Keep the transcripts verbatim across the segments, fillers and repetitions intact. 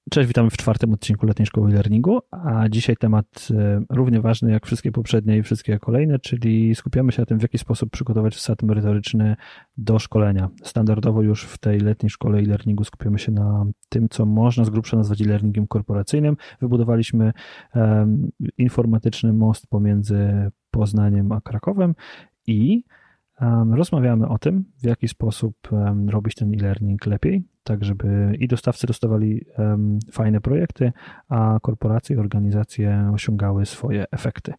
Cześć, witamy w czwartym odcinku Letniej Szkoły e-Learningu, a dzisiaj temat równie ważny jak wszystkie poprzednie i wszystkie kolejne, czyli skupiamy się na tym, w jaki sposób przygotować wsad merytoryczny do szkolenia. Standardowo już w tej Letniej Szkole e-Learningu skupiamy się na tym, co można z grubsza nazwać e-learningiem korporacyjnym. Wybudowaliśmy um, informatyczny most pomiędzy Poznaniem a Krakowem i um, rozmawiamy o tym, w jaki sposób um, robić ten e-learning lepiej, tak żeby i dostawcy dostawali um, fajne projekty, a korporacje i organizacje osiągały swoje efekty.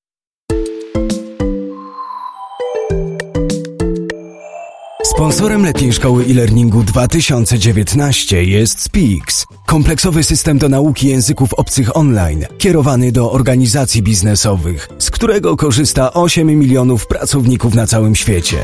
Sponsorem Letniej Szkoły e-Learningu dwa tysiące dziewiętnaście jest Speaks, kompleksowy system do nauki języków obcych online, kierowany do organizacji biznesowych, z którego korzysta osiem milionów pracowników na całym świecie.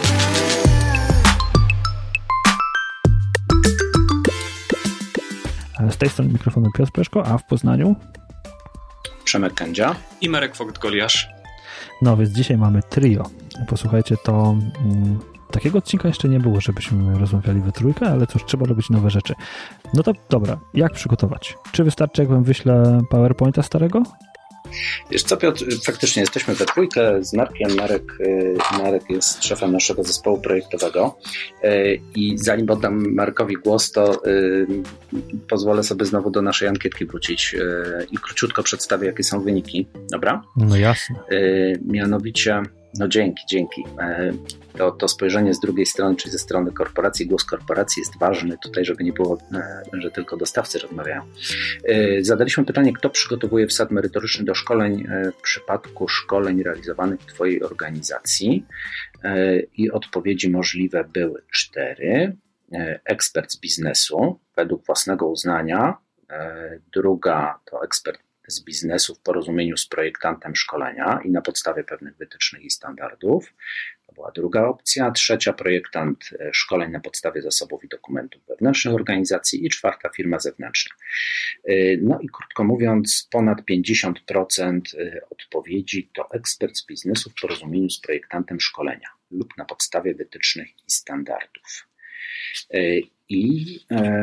Z tej strony mikrofonu Piotr Peszko, a w Poznaniu Przemek Kędzia i Marek Vogt-Goliarz. No więc dzisiaj mamy trio. Posłuchajcie, to mm, takiego odcinka jeszcze nie było, żebyśmy rozmawiali we trójkę, ale cóż, trzeba robić nowe rzeczy. No to dobra, jak przygotować? Czy wystarczy, jak wam wyślę PowerPointa starego? Wiesz co, Piotr, faktycznie jesteśmy we trójkę z Markiem. Marek, Marek jest szefem naszego zespołu projektowego i zanim oddam Markowi głos, to pozwolę sobie znowu do naszej ankietki wrócić i króciutko przedstawię, jakie są wyniki. Dobra? No jasne. Mianowicie, no dzięki, dzięki. To, to spojrzenie z drugiej strony, czyli ze strony korporacji, głos korporacji jest ważny tutaj, żeby nie było, że tylko dostawcy rozmawiają. Zadaliśmy pytanie, kto przygotowuje wsad merytoryczny do szkoleń w przypadku szkoleń realizowanych w Twojej organizacji i odpowiedzi możliwe były cztery. Ekspert z biznesu według własnego uznania, druga to ekspert z biznesu w porozumieniu z projektantem szkolenia i na podstawie pewnych wytycznych i standardów. To była druga opcja. Trzecia, projektant szkoleń na podstawie zasobów i dokumentów wewnętrznych organizacji i czwarta, firma zewnętrzna. No i krótko mówiąc, ponad pięćdziesiąt procent odpowiedzi to ekspert z biznesu w porozumieniu z projektantem szkolenia lub na podstawie wytycznych i standardów. I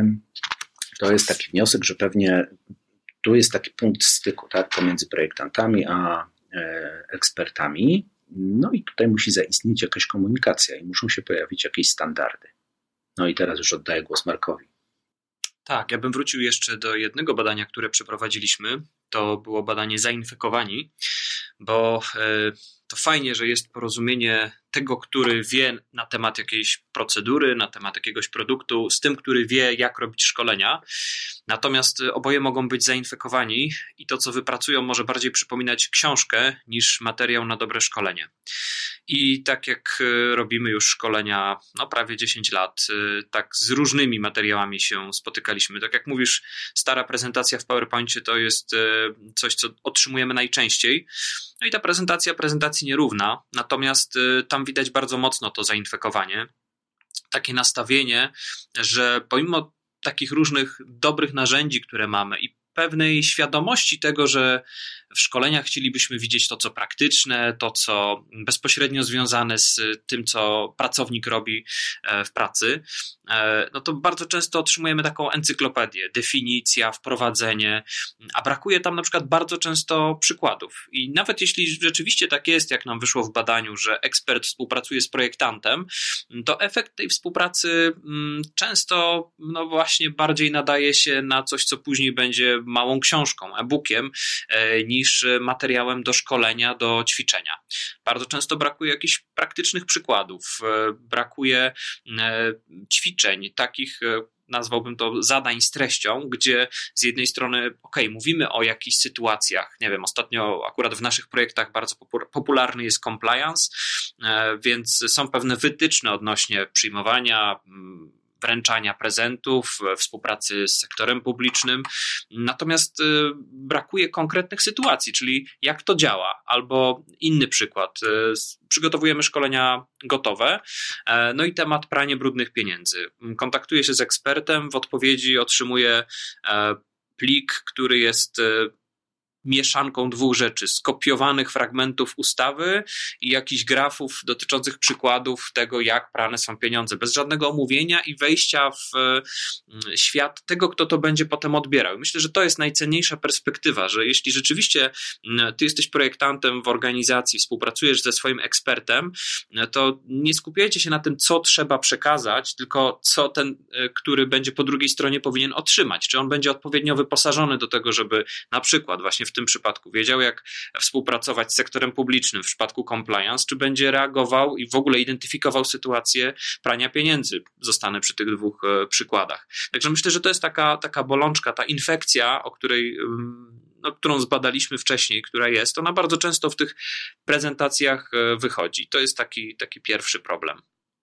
to jest taki wniosek, że pewnie tu jest taki punkt styku, tak, pomiędzy projektantami a e, ekspertami. No i tutaj musi zaistnieć jakaś komunikacja i muszą się pojawić jakieś standardy. No i teraz już oddaję głos Markowi. Tak, ja bym wrócił jeszcze do jednego badania, które przeprowadziliśmy. To było badanie Zainfekowani, bo e, to fajnie, że jest porozumienie tego, który wie na temat jakiejś procedury, na temat jakiegoś produktu, z tym, który wie, jak robić szkolenia. Natomiast oboje mogą być zainfekowani i to, co wypracują, może bardziej przypominać książkę niż materiał na dobre szkolenie. I tak jak robimy już szkolenia no prawie dziesięć lat, tak z różnymi materiałami się spotykaliśmy. Tak jak mówisz, stara prezentacja w PowerPoincie to jest coś, co otrzymujemy najczęściej. No i ta prezentacja prezentacji nierówna, natomiast tam widać bardzo mocno to zainfekowanie. Takie nastawienie, że pomimo takich różnych dobrych narzędzi, które mamy i pewnej świadomości tego, że w szkoleniach chcielibyśmy widzieć to, co praktyczne, to, co bezpośrednio związane z tym, co pracownik robi w pracy, no to bardzo często otrzymujemy taką encyklopedię, definicja, wprowadzenie, a brakuje tam na przykład bardzo często przykładów. I nawet jeśli rzeczywiście tak jest, jak nam wyszło w badaniu, że ekspert współpracuje z projektantem, to efekt tej współpracy często no właśnie bardziej nadaje się na coś, co później będzie małą książką, e-bookiem, niż materiałem do szkolenia, do ćwiczenia. Bardzo często brakuje jakichś praktycznych przykładów, brakuje ćwiczeń, takich nazwałbym to zadań z treścią, gdzie z jednej strony ok, mówimy o jakichś sytuacjach, nie wiem, ostatnio akurat w naszych projektach bardzo popularny jest compliance, więc są pewne wytyczne odnośnie przyjmowania, wręczania prezentów, współpracy z sektorem publicznym. Natomiast brakuje konkretnych sytuacji, czyli jak to działa. Albo inny przykład. Przygotowujemy szkolenia gotowe, no i temat pranie brudnych pieniędzy. Kontaktuję się z ekspertem, w odpowiedzi otrzymuję plik, który jest mieszanką dwóch rzeczy, skopiowanych fragmentów ustawy i jakichś grafów dotyczących przykładów tego, jak prane są pieniądze, bez żadnego omówienia i wejścia w świat tego, kto to będzie potem odbierał. Myślę, że to jest najcenniejsza perspektywa, że jeśli rzeczywiście ty jesteś projektantem w organizacji, współpracujesz ze swoim ekspertem, to nie skupiajcie się na tym, co trzeba przekazać, tylko co ten, który będzie po drugiej stronie, powinien otrzymać. Czy on będzie odpowiednio wyposażony do tego, żeby na przykład właśnie w tym przypadku wiedział, jak współpracować z sektorem publicznym w przypadku compliance, czy będzie reagował i w ogóle identyfikował sytuację prania pieniędzy. Zostanę przy tych dwóch przykładach. Także myślę, że to jest taka, taka bolączka, ta infekcja, o której no, którą zbadaliśmy wcześniej, która jest, ona bardzo często w tych prezentacjach wychodzi. To jest taki, taki pierwszy problem.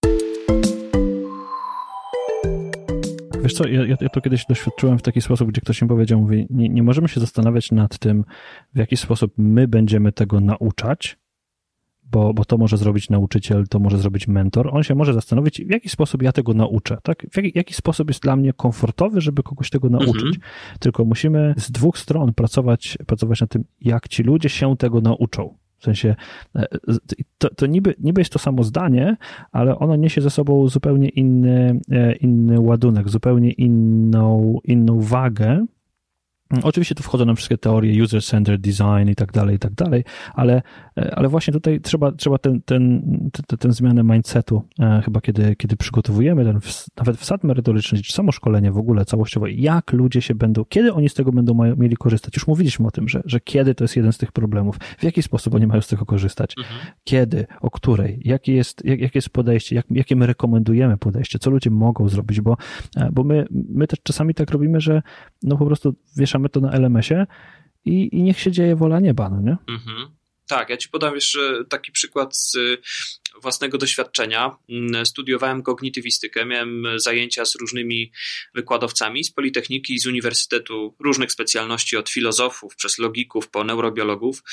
Wiesz co, ja, ja to kiedyś doświadczyłem w taki sposób, gdzie ktoś mi powiedział, mówi, nie, nie możemy się zastanawiać nad tym, w jaki sposób my będziemy tego nauczać, bo, bo to może zrobić nauczyciel, to może zrobić mentor. On się może zastanowić, w jaki sposób ja tego nauczę, tak? W jaki, jaki sposób jest dla mnie komfortowy, żeby kogoś tego nauczyć. Mhm. Tylko musimy z dwóch stron pracować, pracować nad tym, jak ci ludzie się tego nauczą. W sensie, to, to niby, niby jest to samo zdanie, ale ono niesie ze sobą zupełnie inny, inny ładunek, zupełnie inną, inną wagę. Oczywiście tu wchodzą nam wszystkie teorie user-centered design i tak dalej, i tak dalej, ale, ale właśnie tutaj trzeba, trzeba ten, ten, ten, ten zmianę mindsetu chyba kiedy, kiedy przygotowujemy ten, nawet wsad merytoryczny, czy samo szkolenie w ogóle całościowo, jak ludzie się będą, kiedy oni z tego będą mają, mieli korzystać. Już mówiliśmy o tym, że, że kiedy to jest jeden z tych problemów, w jaki sposób oni mają z tego korzystać, mhm. kiedy, o której, jakie jest, jak, jakie jest podejście, jak, jakie my rekomendujemy podejście, co ludzie mogą zrobić, bo, bo my, my też czasami tak robimy, że no po prostu wieszamy to na el em esie i, i niech się dzieje wola nieba, no nie? Mhm. Tak, ja ci podam jeszcze taki przykład z własnego doświadczenia. Studiowałem kognitywistykę, miałem zajęcia z różnymi wykładowcami z Politechniki, z Uniwersytetu, różnych specjalności, od filozofów, przez logików, po neurobiologów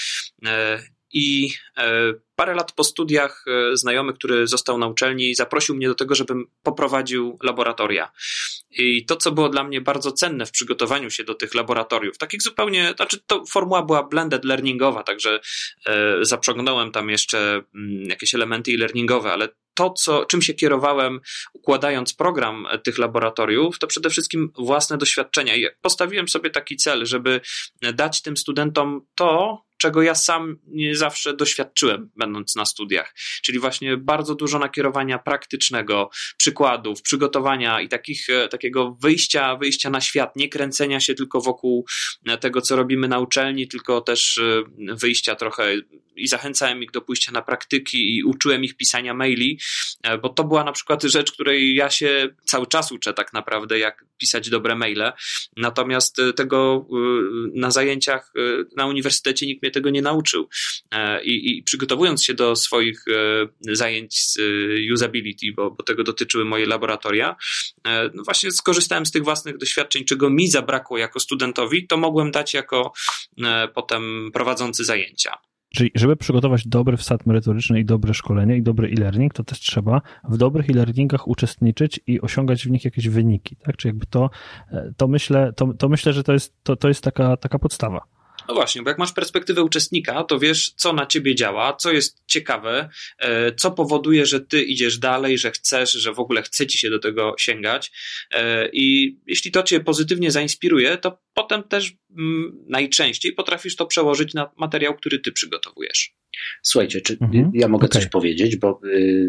i parę lat po studiach znajomy, który został na uczelni, zaprosił mnie do tego, żebym poprowadził laboratoria. I to, co było dla mnie bardzo cenne w przygotowaniu się do tych laboratoriów, takich zupełnie, znaczy to formuła była blended learningowa, także e, zaprzągnąłem tam jeszcze m, jakieś elementy e-learningowe, ale to, co, czym się kierowałem układając program tych laboratoriów, to przede wszystkim własne doświadczenia. I postawiłem sobie taki cel, żeby dać tym studentom to, czego ja sam nie zawsze doświadczyłem, będąc na studiach. Czyli właśnie bardzo dużo nakierowania praktycznego, przykładów, przygotowania i takich, takiego wyjścia, wyjścia na świat, nie kręcenia się tylko wokół tego, co robimy na uczelni, tylko też wyjścia trochę i zachęcałem ich do pójścia na praktyki i uczyłem ich pisania maili, bo to była na przykład rzecz, której ja się cały czas uczę tak naprawdę, jak pisać dobre maile. Natomiast tego na zajęciach na uniwersytecie nikt mnie tego nie nauczył. I, i przygotowując się do swoich zajęć z usability, bo, bo tego dotyczyły moje laboratoria, no właśnie skorzystałem z tych własnych doświadczeń, czego mi zabrakło jako studentowi, to mogłem dać jako potem prowadzący zajęcia. Czyli żeby przygotować dobry wsad merytoryczny i dobre szkolenie i dobry e-learning, to też trzeba w dobrych e-learningach uczestniczyć i osiągać w nich jakieś wyniki, tak? Czy jakby to, to myślę, to, to myślę, że to jest, to, to jest taka, taka podstawa. No właśnie, bo jak masz perspektywę uczestnika, to wiesz, co na ciebie działa, co jest ciekawe, co powoduje, że ty idziesz dalej, że chcesz, że w ogóle chce ci się do tego sięgać i jeśli to cię pozytywnie zainspiruje, to potem też najczęściej potrafisz to przełożyć na materiał, który ty przygotowujesz. Słuchajcie, czy mhm. ja mogę okay. coś powiedzieć, bo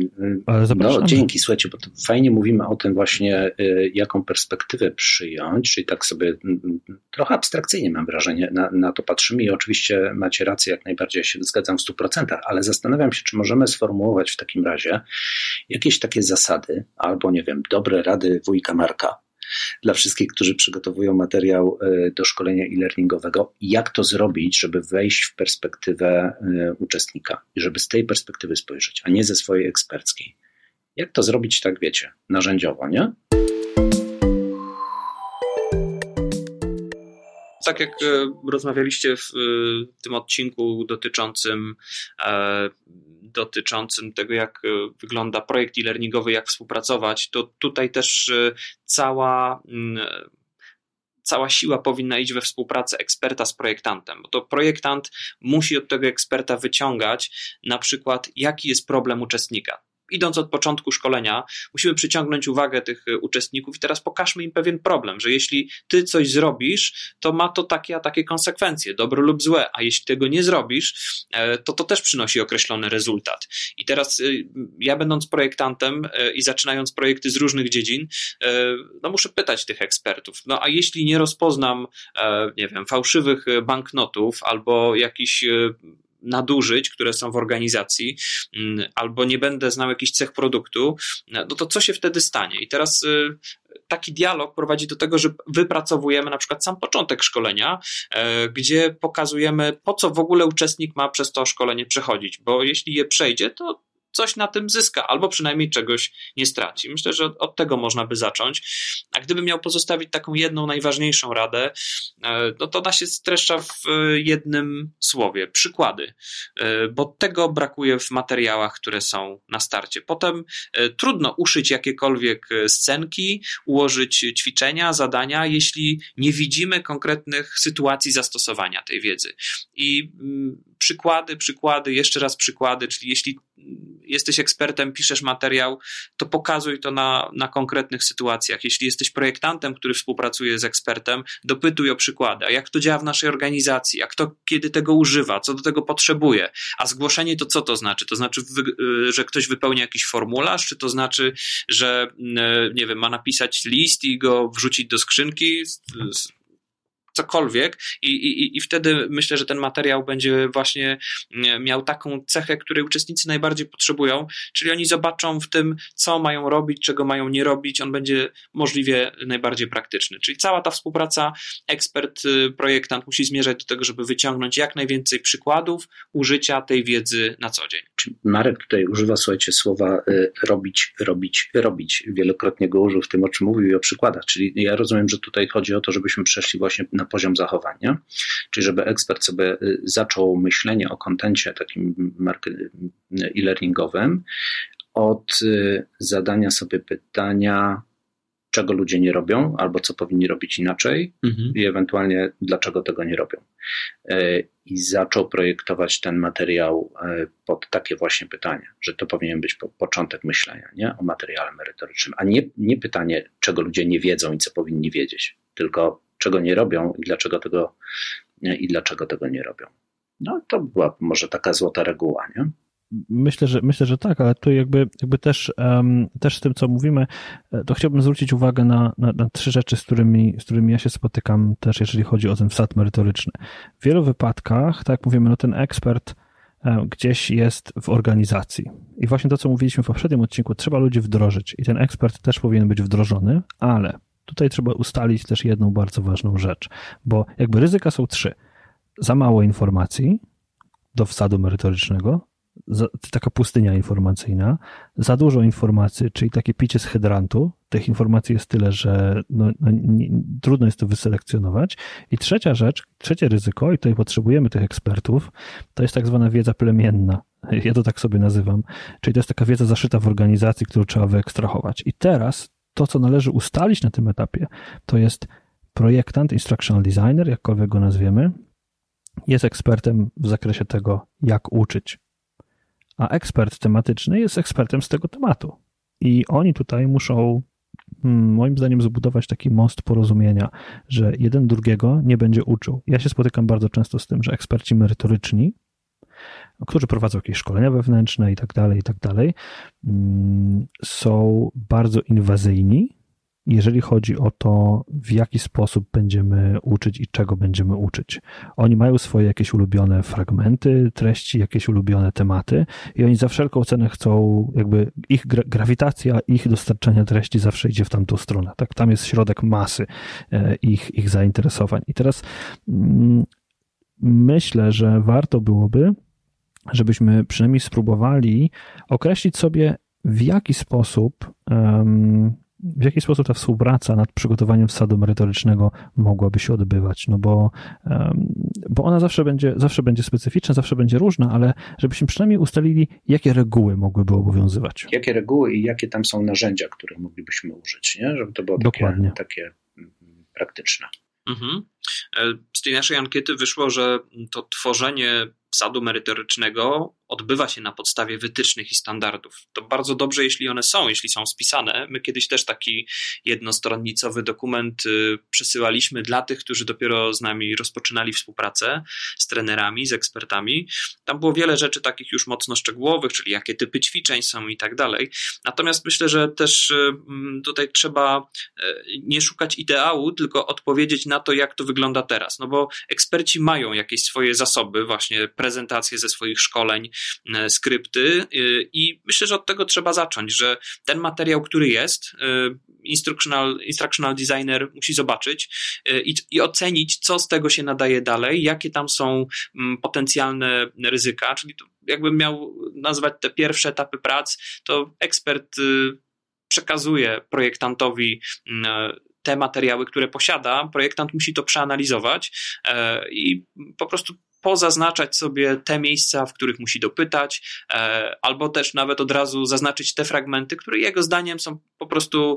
no, dzięki, słuchajcie, bo to fajnie mówimy o tym właśnie, jaką perspektywę przyjąć, czyli tak sobie trochę abstrakcyjnie mam wrażenie, na, na to patrzymy i oczywiście macie rację, jak najbardziej ja się zgadzam w stu procentach, ale zastanawiam się, czy możemy sformułować w takim razie jakieś takie zasady, albo nie wiem, dobre rady wujka Marka, dla wszystkich, którzy przygotowują materiał do szkolenia e-learningowego, jak to zrobić, żeby wejść w perspektywę uczestnika i żeby z tej perspektywy spojrzeć, a nie ze swojej eksperckiej. Jak to zrobić, tak wiecie, narzędziowo, nie? Tak jak rozmawialiście w tym odcinku dotyczącym dotyczącym tego, jak wygląda projekt e-learningowy, jak współpracować, to tutaj też cała cała siła powinna iść we współpracę eksperta z projektantem, bo to projektant musi od tego eksperta wyciągać na przykład, jaki jest problem uczestnika. Idąc od początku szkolenia, musimy przyciągnąć uwagę tych uczestników i teraz pokażmy im pewien problem, że jeśli ty coś zrobisz, to ma to takie a takie konsekwencje, dobre lub złe, a jeśli tego nie zrobisz, to to też przynosi określony rezultat. I teraz ja będąc projektantem i zaczynając projekty z różnych dziedzin, no muszę pytać tych ekspertów, no a jeśli nie rozpoznam, nie wiem, fałszywych banknotów albo jakichś nadużyć, które są w organizacji, albo nie będę znał jakichś cech produktu, no to co się wtedy stanie? I teraz taki dialog prowadzi do tego, że wypracowujemy na przykład sam początek szkolenia, gdzie pokazujemy, po co w ogóle uczestnik ma przez to szkolenie przechodzić, bo jeśli je przejdzie, to coś na tym zyska, albo przynajmniej czegoś nie straci. Myślę, że od, od tego można by zacząć. A gdybym miał pozostawić taką jedną najważniejszą radę, no to ona się streszcza w jednym słowie. Przykłady. Bo tego brakuje w materiałach, które są na starcie. Potem trudno uszyć jakiekolwiek scenki, ułożyć ćwiczenia, zadania, jeśli nie widzimy konkretnych sytuacji zastosowania tej wiedzy. I przykłady, przykłady, jeszcze raz przykłady, czyli jeśli jesteś ekspertem, piszesz materiał, to pokazuj to na, na konkretnych sytuacjach. Jeśli jesteś projektantem, który współpracuje z ekspertem, dopytuj o przykłady. A jak to działa w naszej organizacji? A kto kiedy tego używa? Co do tego potrzebuje? A zgłoszenie to co to znaczy? To znaczy, że ktoś wypełnia jakiś formularz? Czy to znaczy, że nie wiem, ma napisać list i go wrzucić do skrzynki? Cokolwiek i, i, i wtedy myślę, że ten materiał będzie właśnie miał taką cechę, której uczestnicy najbardziej potrzebują, czyli oni zobaczą w tym, co mają robić, czego mają nie robić, on będzie możliwie najbardziej praktyczny. Czyli cała ta współpraca ekspert, projektant musi zmierzać do tego, żeby wyciągnąć jak najwięcej przykładów użycia tej wiedzy na co dzień. Marek tutaj używa, słuchajcie, słowa robić, robić, robić. Wielokrotnie go użył w tym, o czym mówił i o przykładach. Czyli ja rozumiem, że tutaj chodzi o to, żebyśmy przeszli właśnie na poziom zachowania, czyli żeby ekspert sobie zaczął myślenie o kontencie takim e-learningowym od zadania sobie pytania, czego ludzie nie robią, albo co powinni robić inaczej mhm. i ewentualnie dlaczego tego nie robią. I zaczął projektować ten materiał pod takie właśnie pytanie, że to powinien być początek myślenia, nie? O materiale merytorycznym, a nie, nie pytanie, czego ludzie nie wiedzą i co powinni wiedzieć, tylko czego nie robią i dlaczego tego, i dlaczego tego nie robią. No to była może taka złota reguła, nie? Myślę, że myślę, że tak, ale tu jakby, jakby też, um, też z tym, co mówimy, to chciałbym zwrócić uwagę na, na, na trzy rzeczy, z którymi, z którymi ja się spotykam też, jeżeli chodzi o ten wsad merytoryczny. W wielu wypadkach, tak jak mówimy, no ten ekspert um, gdzieś jest w organizacji. I właśnie to, co mówiliśmy w poprzednim odcinku, trzeba ludzi wdrożyć i ten ekspert też powinien być wdrożony, ale tutaj trzeba ustalić też jedną bardzo ważną rzecz, bo jakby ryzyka są trzy. Za mało informacji do wsadu merytorycznego, za, taka pustynia informacyjna, za dużo informacji, czyli takie picie z hydrantu. Tych informacji jest tyle, że no, no, nie, trudno jest to wyselekcjonować. I trzecia rzecz, trzecie ryzyko, i tutaj potrzebujemy tych ekspertów, to jest tak zwana wiedza plemienna. Ja to tak sobie nazywam. Czyli to jest taka wiedza zaszyta w organizacji, którą trzeba wyekstrahować. I teraz to, co należy ustalić na tym etapie, to jest projektant, instructional designer, jakkolwiek go nazwiemy, jest ekspertem w zakresie tego, jak uczyć. A ekspert tematyczny jest ekspertem z tego tematu. I oni tutaj muszą, moim zdaniem, zbudować taki most porozumienia, że jeden drugiego nie będzie uczył. Ja się spotykam bardzo często z tym, że eksperci merytoryczni, którzy prowadzą jakieś szkolenia wewnętrzne i tak dalej, i tak dalej, są bardzo inwazyjni, jeżeli chodzi o to, w jaki sposób będziemy uczyć i czego będziemy uczyć. Oni mają swoje jakieś ulubione fragmenty treści, jakieś ulubione tematy i oni za wszelką cenę chcą, jakby ich gra- grawitacja, ich dostarczania treści zawsze idzie w tamtą stronę. Tak? Tam jest środek masy ich, ich zainteresowań. I teraz mm, myślę, że warto byłoby, żebyśmy przynajmniej spróbowali określić sobie, w jaki sposób um, w jaki sposób ta współpraca nad przygotowaniem wsadu merytorycznego mogłaby się odbywać, no bo, bo ona zawsze będzie, zawsze będzie specyficzna, zawsze będzie różna, ale żebyśmy przynajmniej ustalili, jakie reguły mogłyby obowiązywać. Jakie reguły i jakie tam są narzędzia, których moglibyśmy użyć, nie? Żeby to było takie, takie praktyczne. Mhm. Z tej naszej ankiety wyszło, że to tworzenie sadu merytorycznego odbywa się na podstawie wytycznych i standardów. To bardzo dobrze, jeśli one są, jeśli są spisane. My kiedyś też taki jednostronnicowy dokument przesyłaliśmy dla tych, którzy dopiero z nami rozpoczynali współpracę z trenerami, z ekspertami. Tam było wiele rzeczy takich już mocno szczegółowych, czyli jakie typy ćwiczeń są i tak dalej. Natomiast myślę, że też tutaj trzeba nie szukać ideału, tylko odpowiedzieć na to, jak to wygląda teraz. No bo eksperci mają jakieś swoje zasoby, właśnie prezentacje ze swoich szkoleń, skrypty i myślę, że od tego trzeba zacząć, że ten materiał, który jest, instructional, instructional designer musi zobaczyć i, i ocenić, co z tego się nadaje dalej, jakie tam są potencjalne ryzyka, czyli to jakbym miał nazwać te pierwsze etapy prac, to ekspert przekazuje projektantowi te materiały, które posiada, projektant musi to przeanalizować i po prostu pozaznaczać sobie te miejsca, w których musi dopytać, albo też nawet od razu zaznaczyć te fragmenty, które jego zdaniem są po prostu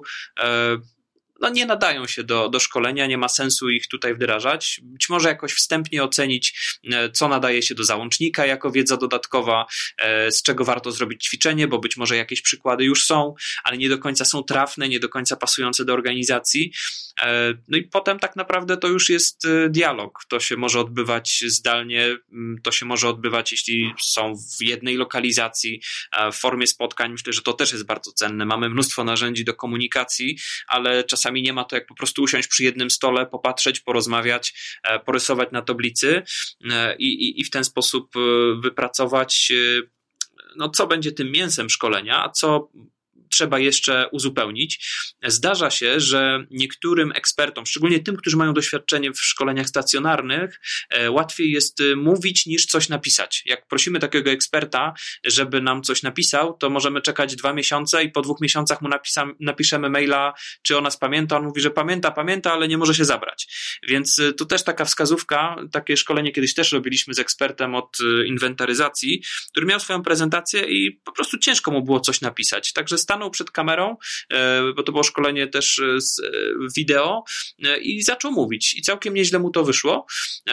no nie nadają się do, do szkolenia, nie ma sensu ich tutaj wdrażać. Być może jakoś wstępnie ocenić, co nadaje się do załącznika jako wiedza dodatkowa, z czego warto zrobić ćwiczenie, bo być może jakieś przykłady już są, ale nie do końca są trafne, nie do końca pasujące do organizacji. No i potem tak naprawdę to już jest dialog. To się może odbywać zdalnie, to się może odbywać, jeśli są w jednej lokalizacji, w formie spotkań. Myślę, że to też jest bardzo cenne. Mamy mnóstwo narzędzi do komunikacji, ale czasami nie ma to jak po prostu usiąść przy jednym stole, popatrzeć, porozmawiać, porysować na tablicy i, i, i w ten sposób wypracować, no, co będzie tym mięsem szkolenia, a co trzeba jeszcze uzupełnić. Zdarza się, że niektórym ekspertom, szczególnie tym, którzy mają doświadczenie w szkoleniach stacjonarnych, łatwiej jest mówić niż coś napisać. Jak prosimy takiego eksperta, żeby nam coś napisał, to możemy czekać dwa miesiące i po dwóch miesiącach mu napisa- napiszemy maila, czy o nas pamięta. On mówi, że pamięta, pamięta, ale nie może się zabrać. Więc tu też taka wskazówka, takie szkolenie kiedyś też robiliśmy z ekspertem od inwentaryzacji, który miał swoją prezentację i po prostu ciężko mu było coś napisać. Także stanął przed kamerą, bo to było szkolenie też z wideo i zaczął mówić i całkiem nieźle mu to wyszło.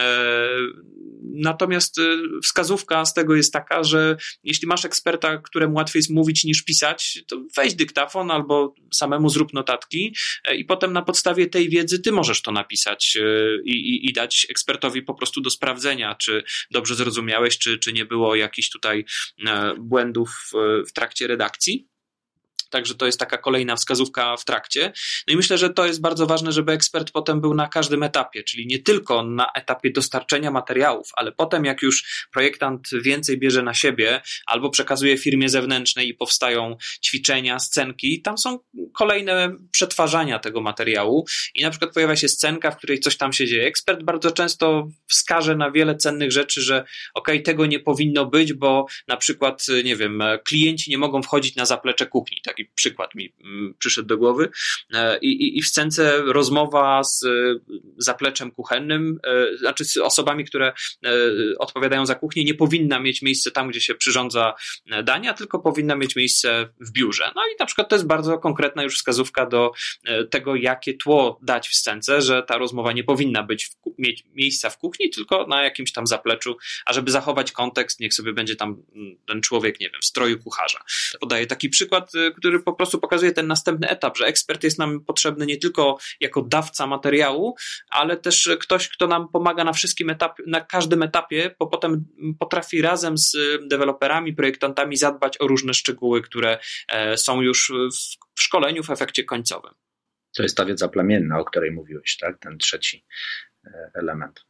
Natomiast wskazówka z tego jest taka, że jeśli masz eksperta, któremu łatwiej jest mówić niż pisać, to weź dyktafon albo samemu zrób notatki i potem na podstawie tej wiedzy ty możesz to napisać i, i, i dać ekspertowi po prostu do sprawdzenia, czy dobrze zrozumiałeś, czy, czy nie było jakichś tutaj błędów w trakcie redakcji. Także to jest taka kolejna wskazówka w trakcie. No i myślę, że to jest bardzo ważne, żeby ekspert potem był na każdym etapie, czyli nie tylko na etapie dostarczenia materiałów, ale potem jak już projektant więcej bierze na siebie albo przekazuje firmie zewnętrznej i powstają ćwiczenia, scenki, tam są kolejne przetwarzania tego materiału i na przykład pojawia się scenka, w której coś tam się dzieje. Ekspert bardzo często wskaże na wiele cennych rzeczy, że okej, okay, tego nie powinno być, bo na przykład, nie wiem, klienci nie mogą wchodzić na zaplecze kuchni. Taki przykład mi przyszedł do głowy. I, i, i w scence rozmowa z zapleczem kuchennym, znaczy z osobami, które odpowiadają za kuchnię, nie powinna mieć miejsca tam, gdzie się przyrządza dania, tylko powinna mieć miejsce w biurze. No i na przykład to jest bardzo konkretna już wskazówka do tego, jakie tło dać w scence, że ta rozmowa nie powinna być w, mieć miejsca w kuchni, tylko na jakimś tam zapleczu, a żeby zachować kontekst, niech sobie będzie tam ten człowiek, nie wiem, w stroju kucharza. Podaję taki przykład, który po prostu pokazuje ten następny etap, że ekspert jest nam potrzebny nie tylko jako dawca materiału, ale też ktoś, kto nam pomaga na wszystkim etapie, na każdym etapie, bo potem potrafi razem z deweloperami, projektantami zadbać o różne szczegóły, które są już w szkoleniu w efekcie końcowym. To jest ta wiedza plemienna, o której mówiłeś, tak? Ten trzeci element.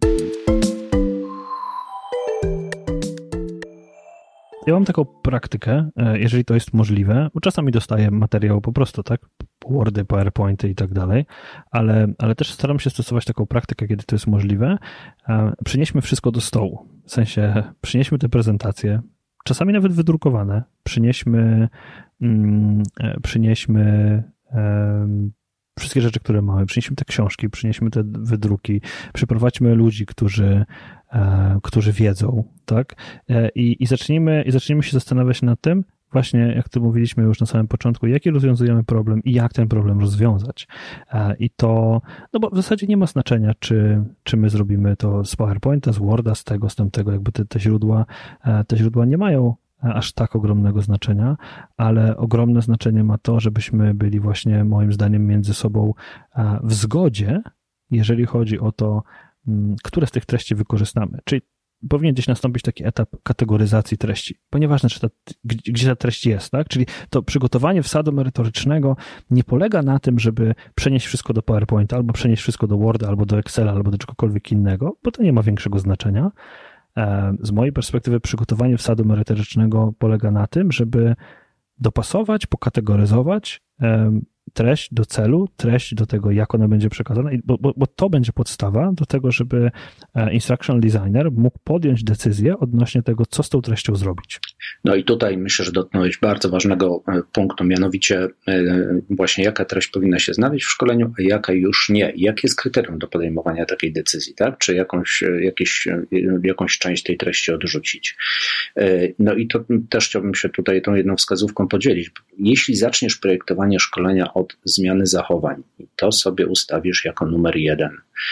Ja mam taką praktykę, jeżeli to jest możliwe, bo czasami dostaję materiał po prostu, tak, Wordy, PowerPointy i tak dalej, ale, ale też staram się stosować taką praktykę, kiedy to jest możliwe. Przynieśmy wszystko do stołu, w sensie przynieśmy te prezentacje, czasami nawet wydrukowane, przynieśmy, mm, przynieśmy um, wszystkie rzeczy, które mamy, przynieśmy te książki, przynieśmy te wydruki, przyprowadźmy ludzi, którzy którzy wiedzą, tak? I, i, zacznijmy, i zacznijmy się zastanawiać nad tym, właśnie, jak tu mówiliśmy już na samym początku, jaki rozwiązujemy problem i jak ten problem rozwiązać. I to, no bo w zasadzie nie ma znaczenia, czy, czy my zrobimy to z PowerPointa, z Worda, z tego, z tamtego, jakby te, te źródła, te źródła nie mają aż tak ogromnego znaczenia, ale ogromne znaczenie ma to, żebyśmy byli właśnie moim zdaniem między sobą w zgodzie, jeżeli chodzi o to, które z tych treści wykorzystamy. Czyli powinien gdzieś nastąpić taki etap kategoryzacji treści, bo nieważne, czy ta, gdzie ta treść jest, tak? Czyli to przygotowanie wsadu merytorycznego nie polega na tym, żeby przenieść wszystko do PowerPointa, albo przenieść wszystko do Worda, albo do Excela, albo do czegokolwiek innego, bo to nie ma większego znaczenia. Z mojej perspektywy przygotowanie wsadu merytorycznego polega na tym, żeby dopasować, pokategoryzować treść do celu, treść do tego, jak ona będzie przekazana, bo, bo, bo to będzie podstawa do tego, żeby instructional designer mógł podjąć decyzję odnośnie tego, co z tą treścią zrobić. No i tutaj myślę, że dotknąłeś bardzo ważnego punktu, mianowicie właśnie jaka treść powinna się znaleźć w szkoleniu, a jaka już nie. Jakie jest kryterium do podejmowania takiej decyzji, tak? Czy jakąś, jakieś, jakąś część tej treści odrzucić. No i to też chciałbym się tutaj tą jedną wskazówką podzielić. Jeśli zaczniesz projektowanie szkolenia od zmiany zachowań i to sobie ustawisz jako numer jeden,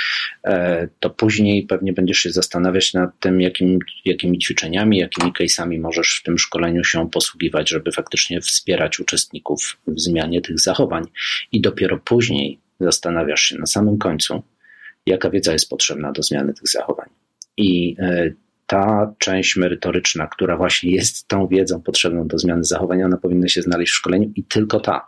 to później pewnie będziesz się zastanawiać nad tym, jakim, jakimi ćwiczeniami, jakimi case'ami możesz w tym szkoleniu się posługiwać, żeby faktycznie wspierać uczestników w zmianie tych zachowań i dopiero później zastanawiasz się na samym końcu, jaka wiedza jest potrzebna do zmiany tych zachowań. I ta część merytoryczna, która właśnie jest tą wiedzą potrzebną do zmiany zachowania, ona powinna się znaleźć w szkoleniu i tylko ta.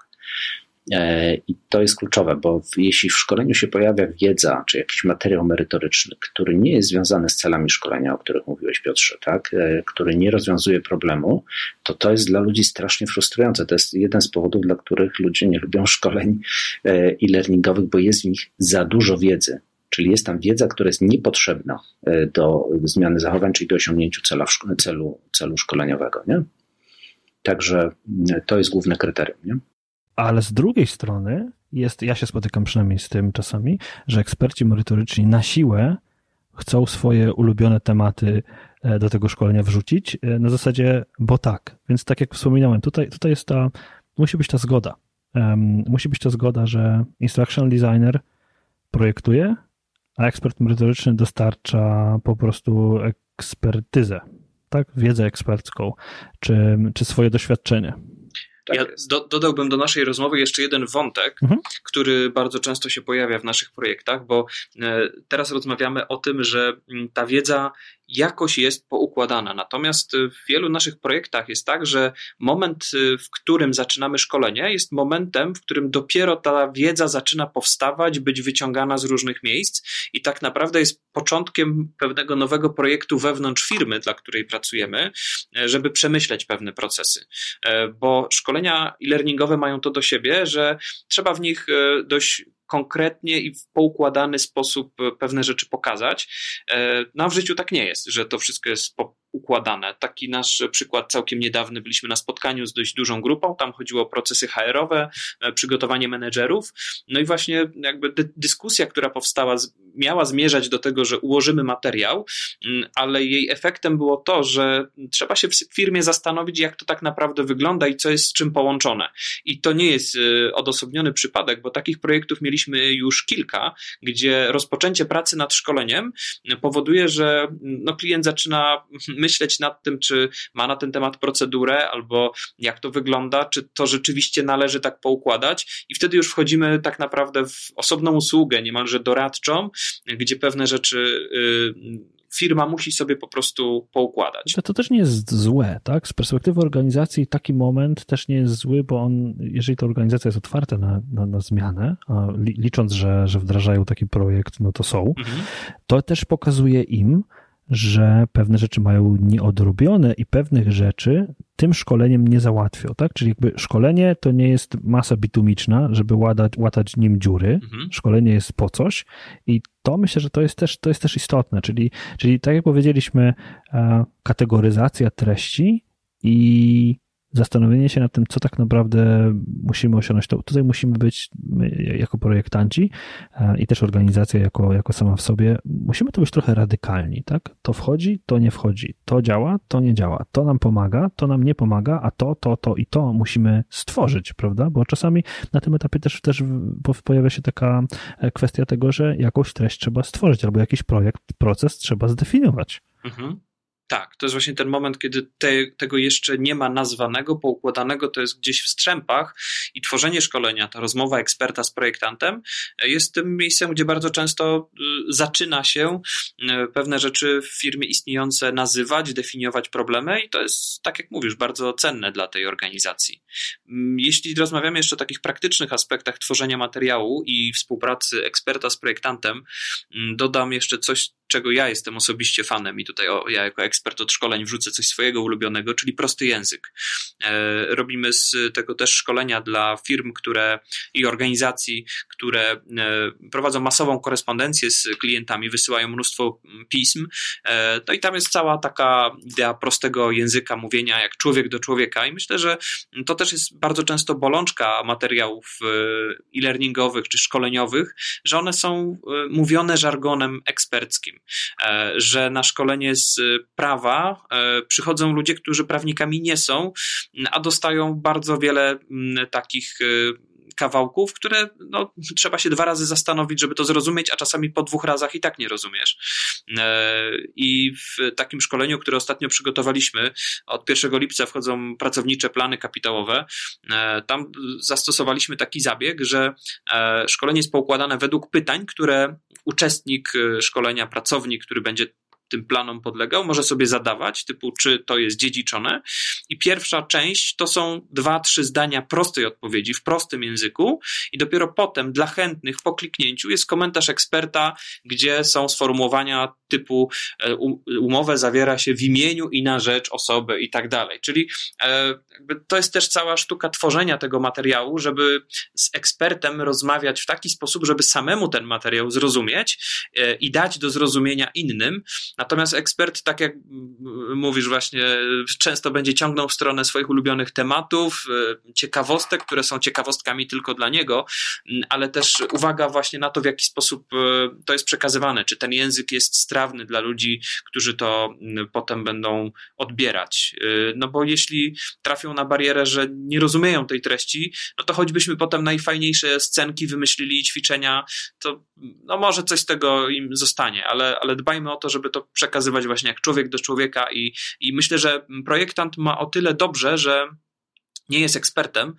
I to jest kluczowe, bo jeśli w szkoleniu się pojawia wiedza, czy jakiś materiał merytoryczny, który nie jest związany z celami szkolenia, o których mówiłeś, Piotrze, tak, który nie rozwiązuje problemu, to to jest dla ludzi strasznie frustrujące. To jest jeden z powodów, dla których ludzie nie lubią szkoleń e-learningowych, bo jest w nich za dużo wiedzy. Czyli jest tam wiedza, która jest niepotrzebna do zmiany zachowań, czyli do osiągnięcia celu, celu, celu szkoleniowego. Nie? Także to jest główne kryterium. Nie? Ale z drugiej strony jest, ja się spotykam przynajmniej z tym czasami, że eksperci merytoryczni na siłę chcą swoje ulubione tematy do tego szkolenia wrzucić na zasadzie, bo tak. Więc tak jak wspominałem, tutaj, tutaj jest ta, musi być ta zgoda. Um, musi być ta zgoda, że instructional designer projektuje, a ekspert merytoryczny dostarcza po prostu ekspertyzę, tak? Wiedzę ekspercką, czy, czy swoje doświadczenie. Tak ja do, dodałbym do naszej rozmowy jeszcze jeden wątek, mhm. który bardzo często się pojawia w naszych projektach, bo teraz rozmawiamy o tym, że ta wiedza jakoś jest poukładana. Natomiast w wielu naszych projektach jest tak, że moment, w którym zaczynamy szkolenie, jest momentem, w którym dopiero ta wiedza zaczyna powstawać, być wyciągana z różnych miejsc i tak naprawdę jest początkiem pewnego nowego projektu wewnątrz firmy, dla której pracujemy, żeby przemyśleć pewne procesy. Bo szkolenia e-learningowe mają to do siebie, że trzeba w nich dość konkretnie i w poukładany sposób pewne rzeczy pokazać. No a w życiu tak nie jest, że to wszystko jest układane. Taki nasz przykład całkiem niedawny, byliśmy na spotkaniu z dość dużą grupą, tam chodziło o procesy H R-owe, przygotowanie menedżerów, no i właśnie jakby dyskusja, która powstała, miała zmierzać do tego, że ułożymy materiał, ale jej efektem było to, że trzeba się w firmie zastanowić, jak to tak naprawdę wygląda i co jest z czym połączone. I to nie jest odosobniony przypadek, bo takich projektów mieliśmy już kilka, gdzie rozpoczęcie pracy nad szkoleniem powoduje, że no klient zaczyna myśleć nad tym, czy ma na ten temat procedurę, albo jak to wygląda, czy to rzeczywiście należy tak poukładać i wtedy już wchodzimy tak naprawdę w osobną usługę, niemalże doradczą, gdzie pewne rzeczy firma musi sobie po prostu poukładać. To, to też nie jest złe, tak? Z perspektywy organizacji taki moment też nie jest zły, bo on, jeżeli ta organizacja jest otwarta na, na, na zmianę, a licząc, że, że wdrażają taki projekt, no to są, mhm. to też pokazuje im, że pewne rzeczy mają nieodrobione i pewnych rzeczy tym szkoleniem nie załatwią, tak? Czyli jakby szkolenie to nie jest masa bitumiczna, żeby łatać, łatać nim dziury. Mhm. Szkolenie jest po coś i to myślę, że to jest też, to jest też istotne, czyli, czyli tak jak powiedzieliśmy, kategoryzacja treści i zastanowienie się nad tym, co tak naprawdę musimy osiągnąć. To tutaj musimy być my, jako projektanci i też organizacja jako, jako sama w sobie, musimy to być trochę radykalni, tak? To wchodzi, to nie wchodzi, to działa, to nie działa, to nam pomaga, to nam nie pomaga, a to, to, to i to musimy stworzyć, prawda? Bo czasami na tym etapie też, też pojawia się taka kwestia tego, że jakąś treść trzeba stworzyć, albo jakiś projekt, proces trzeba zdefiniować. Mhm. Tak, to jest właśnie ten moment, kiedy te, tego jeszcze nie ma nazwanego, poukładanego, to jest gdzieś w strzępach i tworzenie szkolenia, ta rozmowa eksperta z projektantem jest tym miejscem, gdzie bardzo często zaczyna się pewne rzeczy w firmie istniejące nazywać, definiować problemy i to jest, tak jak mówisz, bardzo cenne dla tej organizacji. Jeśli rozmawiamy jeszcze o takich praktycznych aspektach tworzenia materiału i współpracy eksperta z projektantem, dodam jeszcze coś, czego ja jestem osobiście fanem i tutaj o, ja jako ekspert od szkoleń wrzucę coś swojego ulubionego, czyli prosty język. E, robimy z tego też szkolenia dla firm, które i organizacji, które e, prowadzą masową korespondencję z klientami, wysyłają mnóstwo pism. E, no i tam jest cała taka idea prostego języka mówienia jak człowiek do człowieka i myślę, że to też jest bardzo często bolączka materiałów e-learningowych czy szkoleniowych, że one są e, mówione żargonem eksperckim. Że na szkolenie z prawa przychodzą ludzie, którzy prawnikami nie są, a dostają bardzo wiele takich kawałków, które no, trzeba się dwa razy zastanowić, żeby to zrozumieć, a czasami po dwóch razach i tak nie rozumiesz. I w takim szkoleniu, które ostatnio przygotowaliśmy, od pierwszego lipca wchodzą pracownicze plany kapitałowe, tam zastosowaliśmy taki zabieg, że szkolenie jest poukładane według pytań, które uczestnik szkolenia, pracownik, który będzie tym planom podlegał, może sobie zadawać, typu czy to jest dziedziczone i pierwsza część to są dwa, trzy zdania prostej odpowiedzi w prostym języku i dopiero potem dla chętnych po kliknięciu jest komentarz eksperta, gdzie są sformułowania typu umowę zawiera się w imieniu i na rzecz osoby i tak dalej, czyli jakby to jest też cała sztuka tworzenia tego materiału, żeby z ekspertem rozmawiać w taki sposób, żeby samemu ten materiał zrozumieć i dać do zrozumienia innym. Natomiast ekspert, tak jak mówisz właśnie, często będzie ciągnął w stronę swoich ulubionych tematów, ciekawostek, które są ciekawostkami tylko dla niego, ale też uwaga właśnie na to, w jaki sposób to jest przekazywane, czy ten język jest strawny dla ludzi, którzy to potem będą odbierać. No bo jeśli trafią na barierę, że nie rozumieją tej treści, no to choćbyśmy potem najfajniejsze scenki wymyślili i ćwiczenia, to no może coś z tego im zostanie, ale, ale dbajmy o to, żeby to przekazywać właśnie jak człowiek do człowieka i, i myślę, że projektant ma o tyle dobrze, że nie jest ekspertem,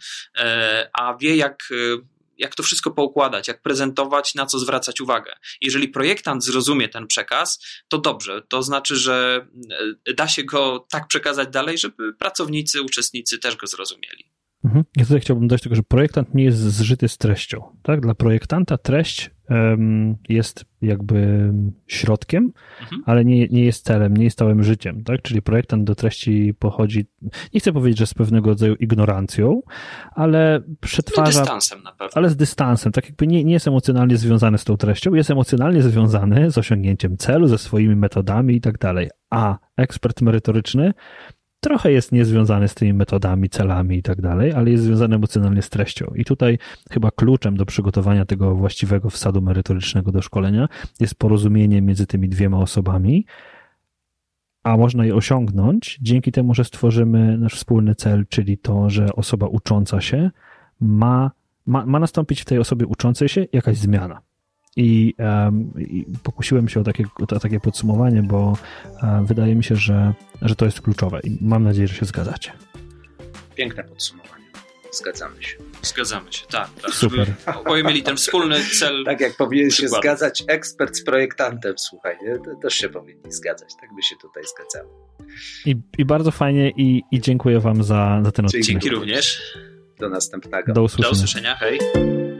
a wie jak, jak to wszystko poukładać, jak prezentować, na co zwracać uwagę. Jeżeli projektant zrozumie ten przekaz, to dobrze, to znaczy, że da się go tak przekazać dalej, żeby pracownicy, uczestnicy też go zrozumieli. Ja tutaj chciałbym dodać tego, że projektant nie jest zżyty z treścią. Tak? Dla projektanta treść um, jest jakby środkiem, mhm. ale nie, nie jest celem, nie jest całym życiem. Tak? Czyli projektant do treści pochodzi, nie chcę powiedzieć, że z pewnego rodzaju ignorancją, ale przetwarza... Z dystansem na pewno. Ale z dystansem. Tak jakby nie, nie jest emocjonalnie związany z tą treścią, jest emocjonalnie związany z osiągnięciem celu, ze swoimi metodami i tak dalej. A ekspert merytoryczny trochę jest niezwiązany z tymi metodami, celami i tak dalej, ale jest związany emocjonalnie z treścią. I tutaj chyba kluczem do przygotowania tego właściwego wsadu merytorycznego do szkolenia jest porozumienie między tymi dwiema osobami, a można je osiągnąć dzięki temu, że stworzymy nasz wspólny cel, czyli to, że osoba ucząca się ma, ma, ma nastąpić w tej osobie uczącej się jakaś zmiana. I, um, i pokusiłem się o takie, o takie podsumowanie, bo um, wydaje mi się, że, że to jest kluczowe i mam nadzieję, że się zgadzacie. Piękne podsumowanie. Zgadzamy się. Zgadzamy się, tak. tak Super. Żeby oboje mieli ten wspólny cel. Tak jak powinien przykładu. się zgadzać ekspert z projektantem, słuchaj, nie? To też się powinni zgadzać. Tak by się tutaj zgadzało. I, i bardzo fajnie i, i dziękuję wam za, za ten odcinek. Dzięki również. Do następnego. Do usłyszenia. Do usłyszenia, hej.